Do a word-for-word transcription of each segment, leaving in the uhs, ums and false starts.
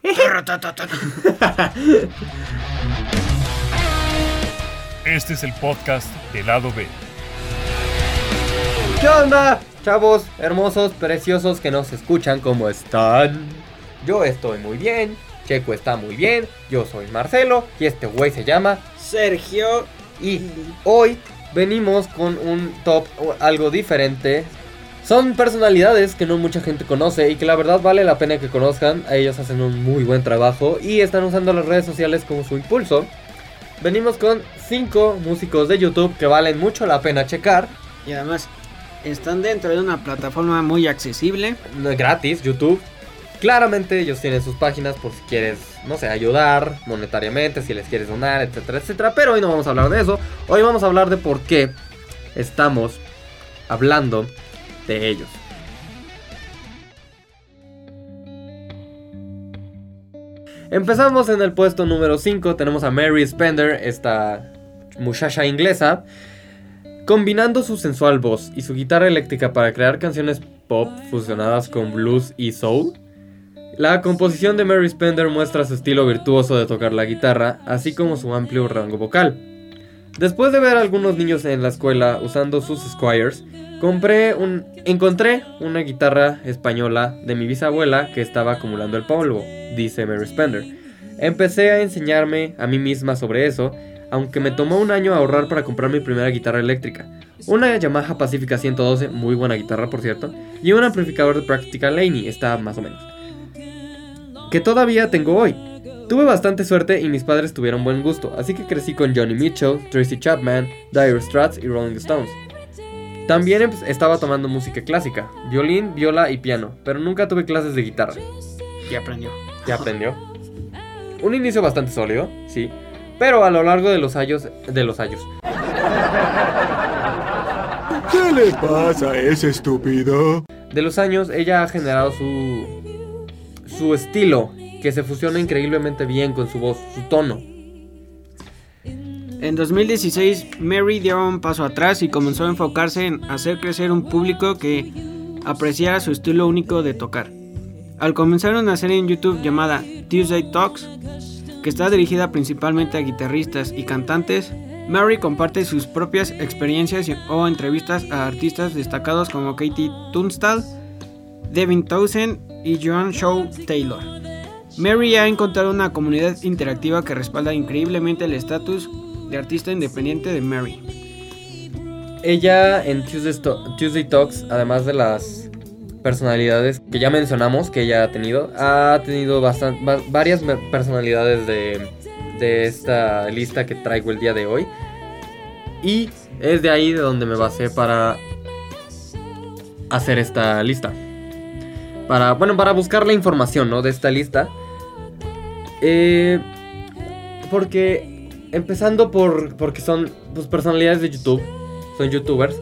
Este es el podcast de Lado B. ¿Qué onda, chavos hermosos, preciosos que nos escuchan? ¿Cómo están? Yo estoy muy bien, Checo está muy bien, yo soy Marcelo y este güey se llama Sergio. Y hoy venimos con un top algo diferente. Son personalidades que no mucha gente conoce y que la verdad vale la pena que conozcan. Ellos hacen un muy buen trabajo y están usando las redes sociales como su impulso. Venimos con cinco músicos de YouTube que valen mucho la pena checar. Y además están dentro de una plataforma muy accesible. Gratis, YouTube. Claramente ellos tienen sus páginas por si quieres, no sé, ayudar monetariamente, si les quieres donar, etcétera, etcétera. Pero hoy no vamos a hablar de eso. Hoy vamos a hablar de por qué estamos hablando de ellos. Empezamos en el puesto número cinco. Tenemos a Mary Spender, esta muchacha inglesa, combinando su sensual voz y su guitarra eléctrica para crear canciones pop fusionadas con blues y soul. La composición de Mary Spender muestra su estilo virtuoso de tocar la guitarra, así como su amplio rango vocal. Después de ver a algunos niños en la escuela usando sus Squiers, compré un, encontré una guitarra española de mi bisabuela que estaba acumulando el polvo, dice Mary Spender. Empecé a enseñarme a mí misma sobre eso, aunque me tomó un año ahorrar para comprar mi primera guitarra eléctrica. Una Yamaha Pacifica ciento doce, muy buena guitarra por cierto, y un amplificador de Practical Laney, está más o menos, que todavía tengo hoy. Tuve bastante suerte y mis padres tuvieron buen gusto, así que crecí con Johnny Mitchell, Tracy Chapman, Dire Straits y Rolling Stones. También estaba tomando música clásica, violín, viola y piano, pero nunca tuve clases de guitarra. Ya aprendió. Ya aprendió. Un inicio bastante sólido, sí, pero a lo largo de los años, de los años. ¿Qué le pasa a ese estúpido? De los años, ella ha generado su su estilo, que se fusiona increíblemente bien con su voz, su tono. En dos mil dieciséis, Mary dio un paso atrás y comenzó a enfocarse en hacer crecer un público que apreciara su estilo único de tocar. Al comenzar una serie en YouTube llamada Tuesday Talks, que está dirigida principalmente a guitarristas y cantantes, Mary comparte sus propias experiencias o entrevistas a artistas destacados como Katie Tunstall, Devin Townsend y Joan Shaw Taylor. Mary ha encontrado una comunidad interactiva que respalda increíblemente el estatus de artista independiente de Mary. Ella en Tuesday, Tuesday Talks, además de las personalidades que ya mencionamos que ella ha tenido, ha tenido bastant, va, varias personalidades de, de esta lista que traigo el día de hoy. Y es de ahí de donde me basé para hacer esta lista. Para, bueno, para buscar la información, ¿no?, de esta lista. Eh, porque empezando por porque son pues, personalidades de YouTube, son youtubers.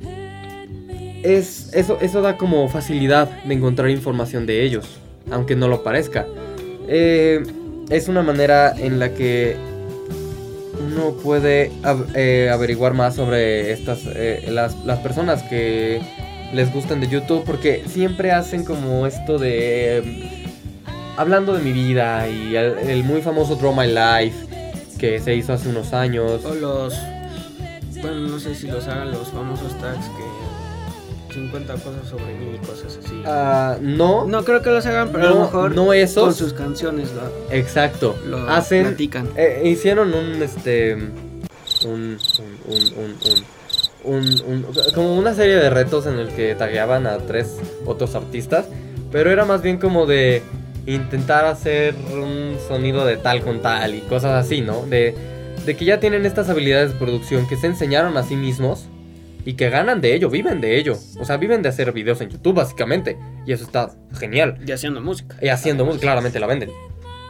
Es eso eso da como facilidad de encontrar información de ellos, aunque no lo parezca. Eh, es una manera en la que uno puede av- eh, averiguar más sobre estas eh, las las personas que les gustan de YouTube, porque siempre hacen como esto de eh, hablando de mi vida y el, el muy famoso Draw My Life que se hizo hace unos años. O los, bueno, no sé si los hagan los famosos tags que cincuenta cosas sobre mí y cosas así. Uh, no, No creo que los hagan, pero no, a lo mejor no esos. con sus canciones lo, Exacto. lo Hacen, platican. Eh, hicieron un este un un un un, un Un, un, como una serie de retos en el que tagueaban a tres otros artistas, pero era más bien como de intentar hacer un sonido de tal con tal y cosas así, ¿no? De, de que ya tienen estas habilidades de producción que se enseñaron a sí mismos y que ganan de ello, viven de ello. O sea, viven de hacer videos en YouTube básicamente, y eso está genial. Y haciendo música. Y haciendo música, claramente la venden.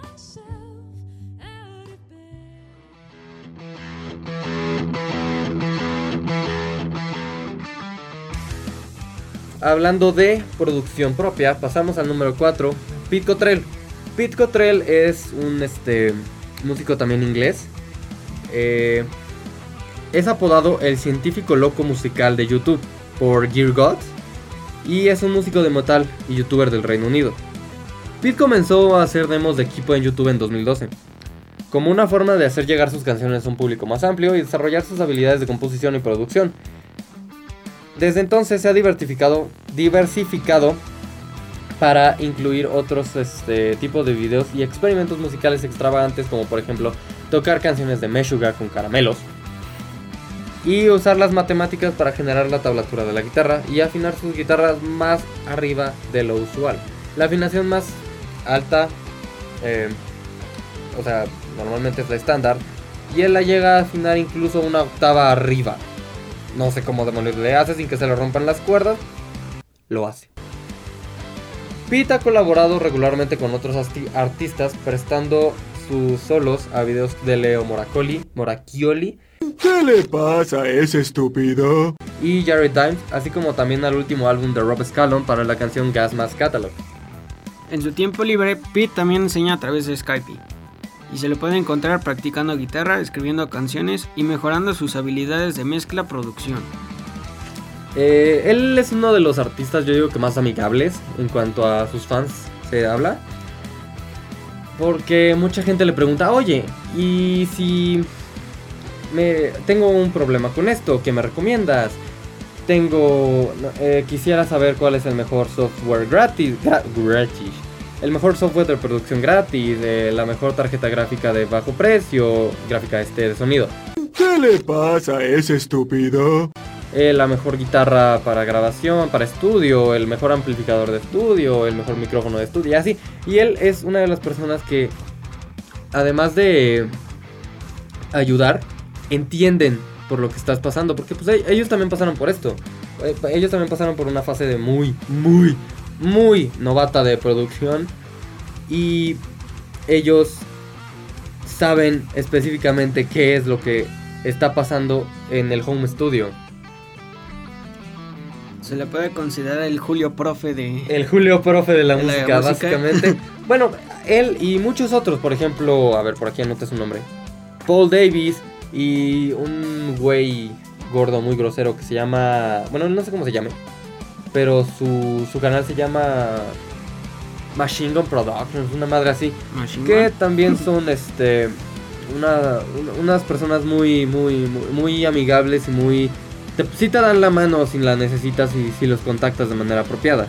Hablando de producción propia, pasamos al número cuatro, Pete Cottrell. Pete Cottrell es un este, músico también inglés. Eh, es apodado el científico loco musical de YouTube por Gear God. Y es un músico de metal y youtuber del Reino Unido. Pete comenzó a hacer demos de equipo en YouTube en dos mil doce, como una forma de hacer llegar sus canciones a un público más amplio y desarrollar sus habilidades de composición y producción. Desde entonces se ha diversificado, diversificado para incluir otros este, tipos de videos y experimentos musicales extravagantes, como por ejemplo tocar canciones de Meshuggah con caramelos y usar las matemáticas para generar la tablatura de la guitarra y afinar sus guitarras más arriba de lo usual. La afinación más alta, eh, o sea, normalmente es la estándar, y él la llega a afinar incluso una octava arriba. No sé cómo demonios le hace sin que se le rompan las cuerdas. Lo hace. Pete ha colaborado regularmente con otros asti- artistas, prestando sus solos a videos de Leo Moracoli, Moracchioli. ¿Qué le pasa a ese estúpido? Y Jared Dimes, así como también al último álbum de Rob Scallon para la canción Gas Mask Catalog. En su tiempo libre, Pete también enseña a través de Skype. Y se lo puede encontrar practicando guitarra, escribiendo canciones y mejorando sus habilidades de mezcla-producción. Eh, él es uno de los artistas, yo digo que más amigables en cuanto a sus fans se habla. Porque mucha gente le pregunta, oye, ¿y si me tengo un problema con esto? ¿Qué me recomiendas? Tengo, eh, quisiera saber cuál es el mejor software gratis, gra- gratis. El mejor software de producción gratis, eh, la mejor tarjeta gráfica de bajo precio, gráfica este de sonido. ¿Qué le pasa a ese estúpido? Eh, la mejor guitarra para grabación, para estudio, el mejor amplificador de estudio, el mejor micrófono de estudio y así. Y él es una de las personas que, además de ayudar, entienden por lo que estás pasando. Porque pues ellos también pasaron por esto. Ellos también pasaron por una fase de muy, muy, muy novata de producción. Y ellos saben específicamente qué es lo que está pasando en el home studio. Se le puede considerar el Julio Profe de... El Julio Profe de la, de la música, música, básicamente. Bueno, él y muchos otros, por ejemplo, a ver, por aquí anoté su nombre. Paul Davis y un güey gordo muy grosero que se llama... Bueno, no sé cómo se llame, pero su, su canal se llama Machine Gun Productions, una madre así. Machine Que Gun. también son este una, una- unas personas muy, muy, muy, muy amigables y muy... Te, sí te dan la mano si la necesitas y si los contactas de manera apropiada.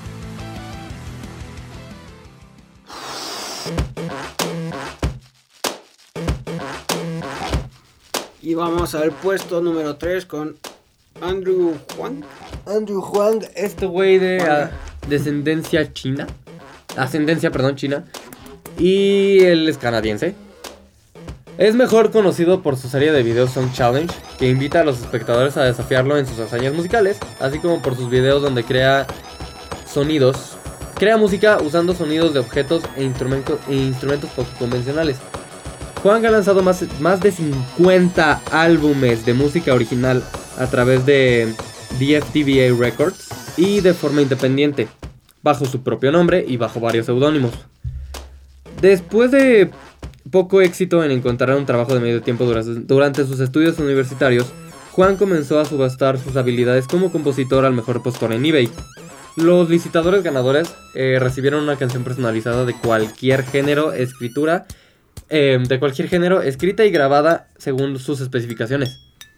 Y vamos al puesto número tres con Andrew Huang. Andrew Huang, este güey de ah, descendencia china. Ascendencia, perdón, china. Y él es canadiense. Es mejor conocido por su serie de videos Song Challenge, que invita a los espectadores a desafiarlo en sus hazañas musicales, así como por sus videos donde crea sonidos, crea música usando sonidos de objetos e instrumentos, e instrumentos poco convencionales. Huang ha lanzado más, más de cincuenta álbumes de música original a través de D F T V A Records y de forma independiente, bajo su propio nombre y bajo varios seudónimos. Después de poco éxito en encontrar un trabajo de medio tiempo durante, durante sus estudios universitarios, Huang comenzó a subastar sus habilidades como compositor al mejor postor en eBay. Los licitadores ganadores eh, recibieron una canción personalizada de cualquier género, escritura, eh, de cualquier género, escrita y grabada según sus especificaciones.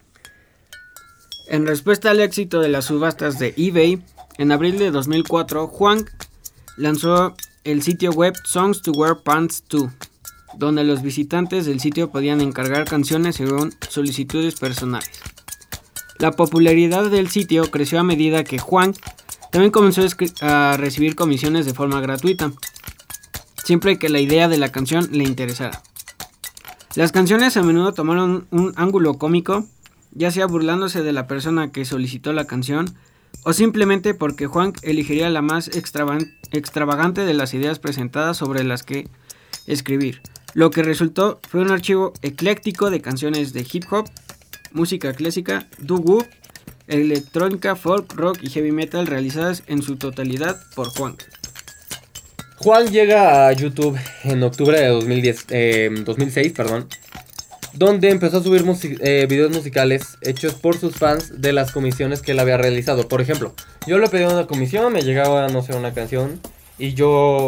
En respuesta al éxito de las subastas de eBay, en abril de dos mil cuatro, Huang lanzó el sitio web Songs to Wear Pants dos, donde los visitantes del sitio podían encargar canciones según solicitudes personales. La popularidad del sitio creció a medida que Huang también comenzó a, escri- a recibir comisiones de forma gratuita, siempre que la idea de la canción le interesara. Las canciones a menudo tomaron un ángulo cómico, ya sea burlándose de la persona que solicitó la canción, o simplemente porque Huang elegiría la más extravagan- extravagante de las ideas presentadas sobre las que escribir. Lo que resultó fue un archivo ecléctico de canciones de hip hop, música clásica, doo-wop, electrónica, folk, rock y heavy metal realizadas en su totalidad por Huang. Huang llega a YouTube en octubre de dos mil diez, eh, dos mil seis, perdón, donde empezó a subir music- eh, videos musicales hechos por sus fans de las comisiones que él había realizado. Por ejemplo, yo le pedí una comisión, me llegaba, no sé, una canción, y yo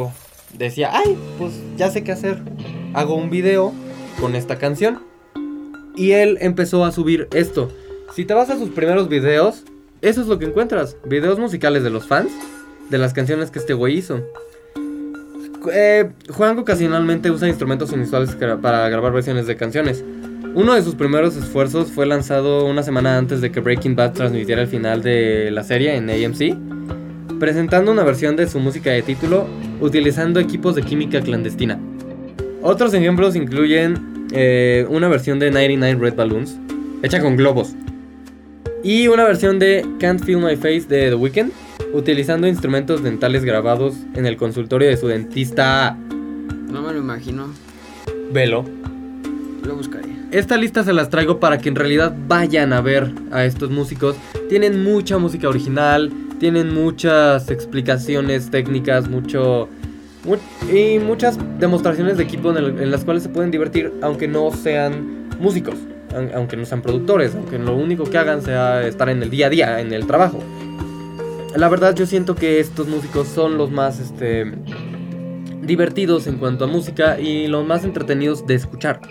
decía, ay, pues ya sé qué hacer. Hago un video con esta canción. Y él empezó a subir esto. Si te vas a sus primeros videos, eso es lo que encuentras. Videos musicales de los fans, de las canciones que este güey hizo. Eh, Juan ocasionalmente usa instrumentos inusuales para grabar versiones de canciones. Uno de sus primeros esfuerzos fue lanzado una semana antes de que Breaking Bad transmitiera el final de la serie en A M C, presentando una versión de su música de título utilizando equipos de química clandestina. Otros ejemplos incluyen eh, una versión de noventa y nueve Red Balloons, hecha con globos, y una versión de Can't Feel My Face de The Weeknd, utilizando instrumentos dentales grabados en el consultorio de su dentista. No me lo imagino. Velo. Lo buscaría. Esta lista se las traigo para que en realidad vayan a ver a estos músicos. Tienen mucha música original, tienen muchas explicaciones técnicas, mucho mu- y muchas demostraciones de equipo en, el, en las cuales se pueden divertir, aunque no sean músicos, aunque no sean productores, aunque lo único que hagan sea estar en el día a día, en el trabajo. La verdad, yo siento que estos músicos son los más este, divertidos en cuanto a música y los más entretenidos de escuchar.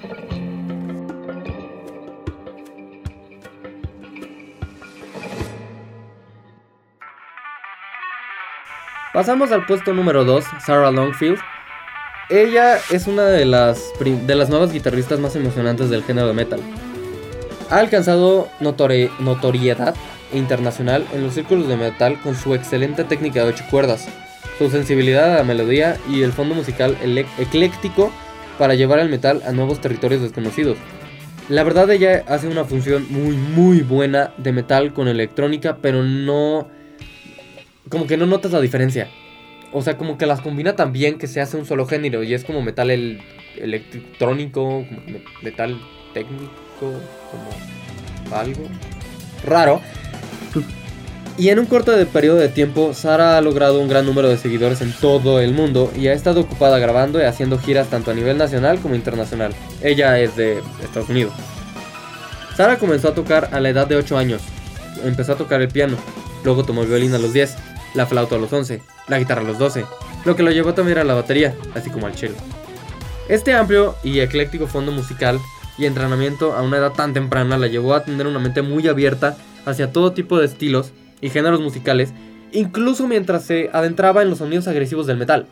Pasamos al puesto número dos, Sarah Longfield. Ella es una de las, de las nuevas guitarristas más emocionantes del género de metal. Ha alcanzado notori- notoriedad internacional en los círculos de metal con su excelente técnica de ocho cuerdas, su sensibilidad a la melodía y el fondo musical ele- ecléctico para llevar el metal a nuevos territorios desconocidos. La verdad, ella hace una función muy muy buena de metal con electrónica, pero no... como que no notas la diferencia. O sea, como que las combina tan bien que se hace un solo género y es como metal el, electrónico, como metal técnico, como algo raro. Y en un corto de periodo de tiempo, Sarah ha logrado un gran número de seguidores en todo el mundo y ha estado ocupada grabando y haciendo giras tanto a nivel nacional como internacional. Ella es de Estados Unidos. Sarah comenzó a tocar a la edad de ocho años. Empezó a tocar el piano, luego tomó el violín a los diez, la flauta a los once, la guitarra a los doce, lo que lo llevó también a la batería, así como al cello. Este amplio y ecléctico fondo musical y entrenamiento a una edad tan temprana la llevó a tener una mente muy abierta hacia todo tipo de estilos y géneros musicales, incluso mientras se adentraba en los sonidos agresivos del metal.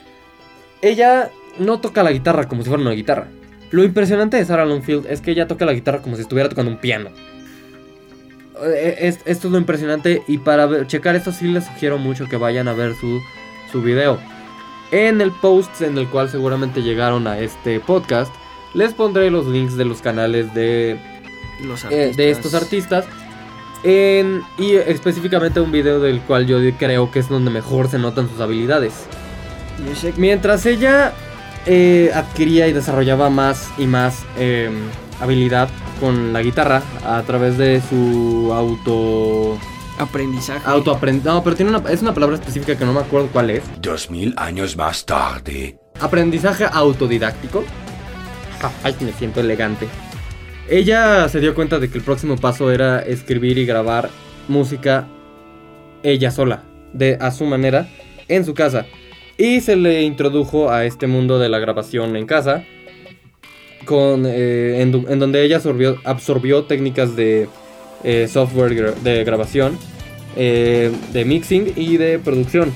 Ella no toca la guitarra como si fuera una guitarra. Lo impresionante de Sarah Longfield es que ella toca la guitarra como si estuviera tocando un piano. Es, esto es lo impresionante, y para ver, checar esto sí les sugiero mucho que vayan a ver su, su video. En el post en el cual seguramente llegaron a este podcast, les pondré los links de los canales de, Los eh, de estos artistas. En, y específicamente un video del cual yo creo que es donde mejor se notan sus habilidades. Mientras ella eh, adquiría y desarrollaba más y más eh, habilidad con la guitarra a través de su auto... Aprendizaje. Autoaprendizaje. No, pero tiene una, es una palabra específica que no me acuerdo cuál es. Dos mil años más tarde. Aprendizaje autodidáctico. Ay, me siento elegante. Ella se dio cuenta de que el próximo paso era escribir y grabar música ella sola, de a su manera, en su casa. Y se le introdujo a este mundo de la grabación en casa, con, eh, en, en donde ella absorbió, absorbió técnicas de eh, software gra- de grabación, eh, de mixing y de producción.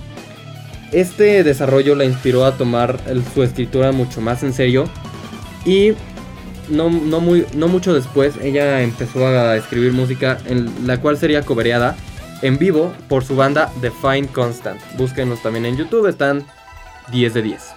Este desarrollo la inspiró a tomar el, su escritura mucho más en serio, y no, no, muy, no mucho después ella empezó a escribir música en la cual sería cobereada en vivo por su banda The Fine Constant. Búsquenlos también en YouTube, están diez de diez.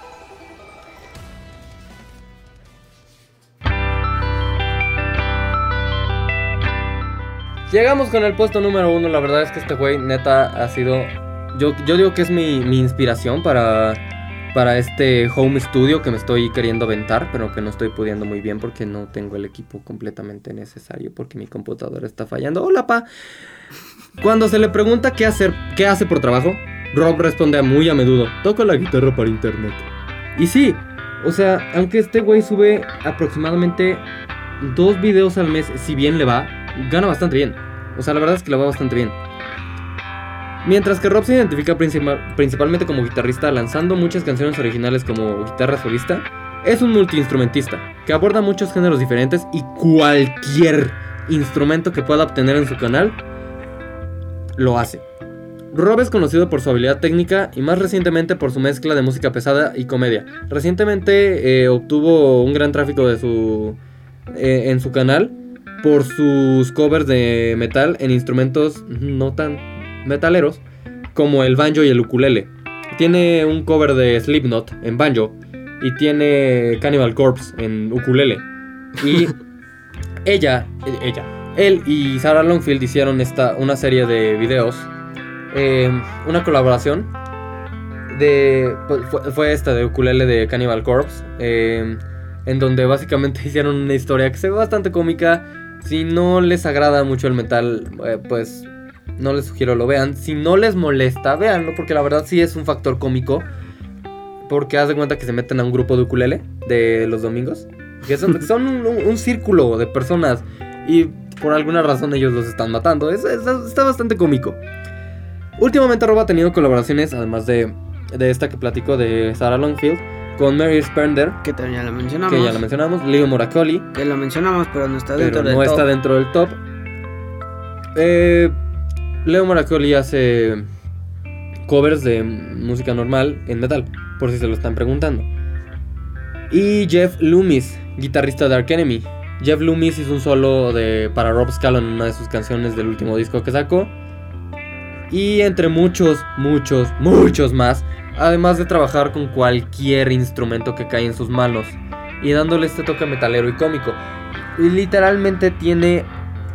Llegamos con el puesto número uno. La verdad es que este güey neta ha sido... Yo, yo digo que es mi, mi inspiración para, para este home studio que me estoy queriendo aventar, pero que no estoy pudiendo muy bien porque no tengo el equipo completamente necesario, porque mi computadora está fallando. Hola, pa. Cuando se le pregunta qué hacer, qué hace por trabajo, Rob responde muy a menudo: toco la guitarra para internet. Y sí, o sea, aunque este güey sube aproximadamente dos videos al mes, si bien le va, gana bastante bien. O sea, la verdad es que le va bastante bien. Mientras que Rob se identifica principal, principalmente como guitarrista, lanzando muchas canciones originales como guitarra solista, es un multiinstrumentista que aborda muchos géneros diferentes y cualquier instrumento que pueda obtener en su canal lo hace. Rob es conocido por su habilidad técnica y más recientemente por su mezcla de música pesada y comedia. Recientemente eh, obtuvo un gran tráfico de su, eh, en su canal por sus covers de metal en instrumentos no tan metaleros como el banjo y el ukulele. Tiene un cover de Slipknot en banjo y tiene Cannibal Corpse en ukulele. Y ella, ella, él y Sarah Longfield hicieron esta, una serie de videos. Eh, una colaboración de fue, fue esta de ukulele de Cannibal Corpse, eh, en donde básicamente hicieron una historia que se ve bastante cómica. Si no les agrada mucho el metal, eh, pues no les sugiero lo vean. Si no les molesta, véanlo, porque la verdad sí es un factor cómico, porque haz de cuenta que se meten a un grupo de ukulele de los domingos, que son, son un, un, un círculo de personas y por alguna razón ellos los están matando. Es, es, está bastante cómico. Últimamente Rob ha tenido colaboraciones, además de, de esta que platico de Sarah Longfield, con Mary Spender, que también ya la mencionamos. Que ya la mencionamos, Leo Moracoli, que la mencionamos, pero no está pero dentro no del top. está dentro del top. Eh, Leo Moracoli hace covers de música normal en metal, por si se lo están preguntando. Y Jeff Loomis, guitarrista de Arch Enemy. Jeff Loomis hizo un solo de, para Rob Scallon en una de sus canciones del último disco que sacó. Y entre muchos, muchos, muchos más, además de trabajar con cualquier instrumento que cae en sus manos y dándole este toque metalero y cómico. Y literalmente tiene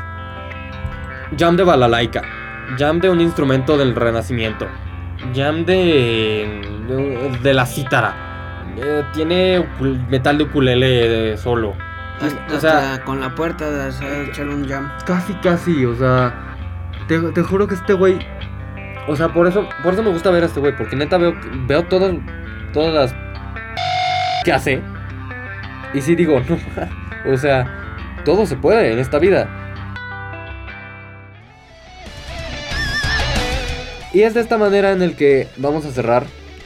jam de balalaika, jam de un instrumento del Renacimiento, jam de, de, de la cítara, eh, tiene metal de ukulele solo. Hasta, o sea, hasta con la puerta de hacer echar un jam. Casi, casi, o sea, te, te juro que este güey, o sea, por eso, por eso me gusta ver a este güey, porque neta veo, veo todo, todas las que hace y sí digo, no, o sea, todo se puede en esta vida. Y es de esta manera en el que vamos a cerrar.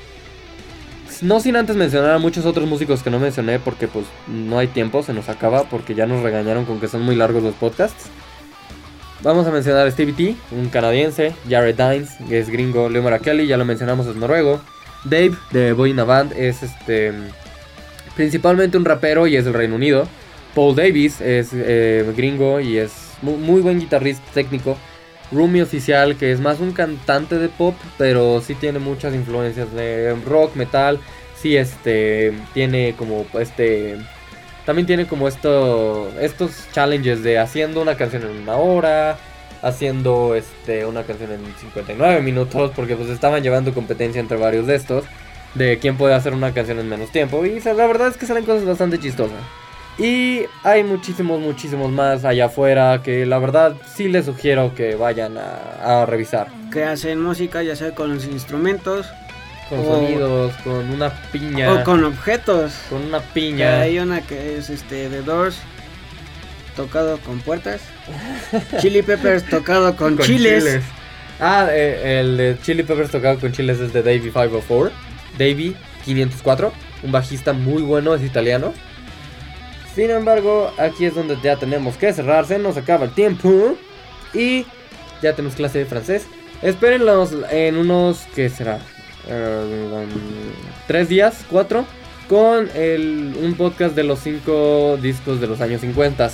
No sin antes mencionar a muchos otros músicos que no mencioné, porque pues no hay tiempo, se nos acaba, porque ya nos regañaron con que son muy largos los podcasts. Vamos a mencionar a Stevie T, un canadiense, Jared Dines, que es gringo, Leo Moracoli, ya lo mencionamos, es noruego. Dave, de Boy in a Band, es este principalmente un rapero y es del Reino Unido. Paul Davis es eh, gringo y es muy, muy buen guitarrista técnico. Rumi Oficial, que es más un cantante de pop, pero sí tiene muchas influencias de rock, metal. Sí, este, tiene como este... También tiene como esto, estos challenges de haciendo una canción en una hora, haciendo este una canción en cincuenta y nueve minutos, porque pues estaban llevando competencia entre varios de estos, de quién puede hacer una canción en menos tiempo, y la verdad es que salen cosas bastante chistosas. Y hay muchísimos, muchísimos más allá afuera que la verdad sí les sugiero que vayan a, a revisar. Que hacen música ya sea con los instrumentos, con o, sonidos, con una piña, o con objetos. Con una Que piña. hay una que es este The Doors tocado con puertas, Chili Peppers tocado con, con chiles. chiles. Ah, eh, el de Chili Peppers tocado con chiles es de Davey quinientos cuatro. Davey quinientos cuatro, un bajista muy bueno, es italiano. Sin embargo, aquí es donde ya tenemos que cerrar, se nos acaba el tiempo y ya tenemos clase de francés. Espérenlos en unos, ¿qué será? Uh, um, tres días, cuatro, con el, un podcast de los cinco discos de los años cincuenta.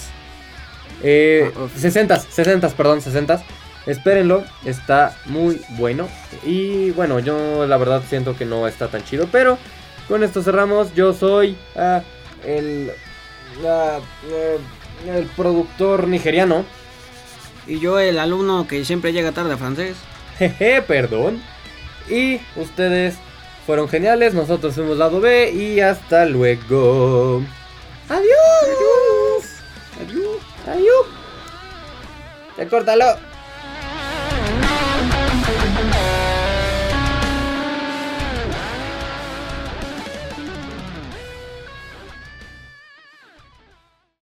Eh, sesenta, sesenta, perdón, sesenta. Espérenlo, está muy bueno. Y bueno, yo la verdad siento que no está tan chido, pero con esto cerramos. Yo soy uh, el... Uh, uh, el productor nigeriano. Y yo el alumno que siempre llega tarde a francés. Jeje, perdón. Y ustedes fueron geniales. Nosotros fuimos Lado B. Y hasta luego. Adiós. Adiós. Adiós. Adiós. Ya córtalo.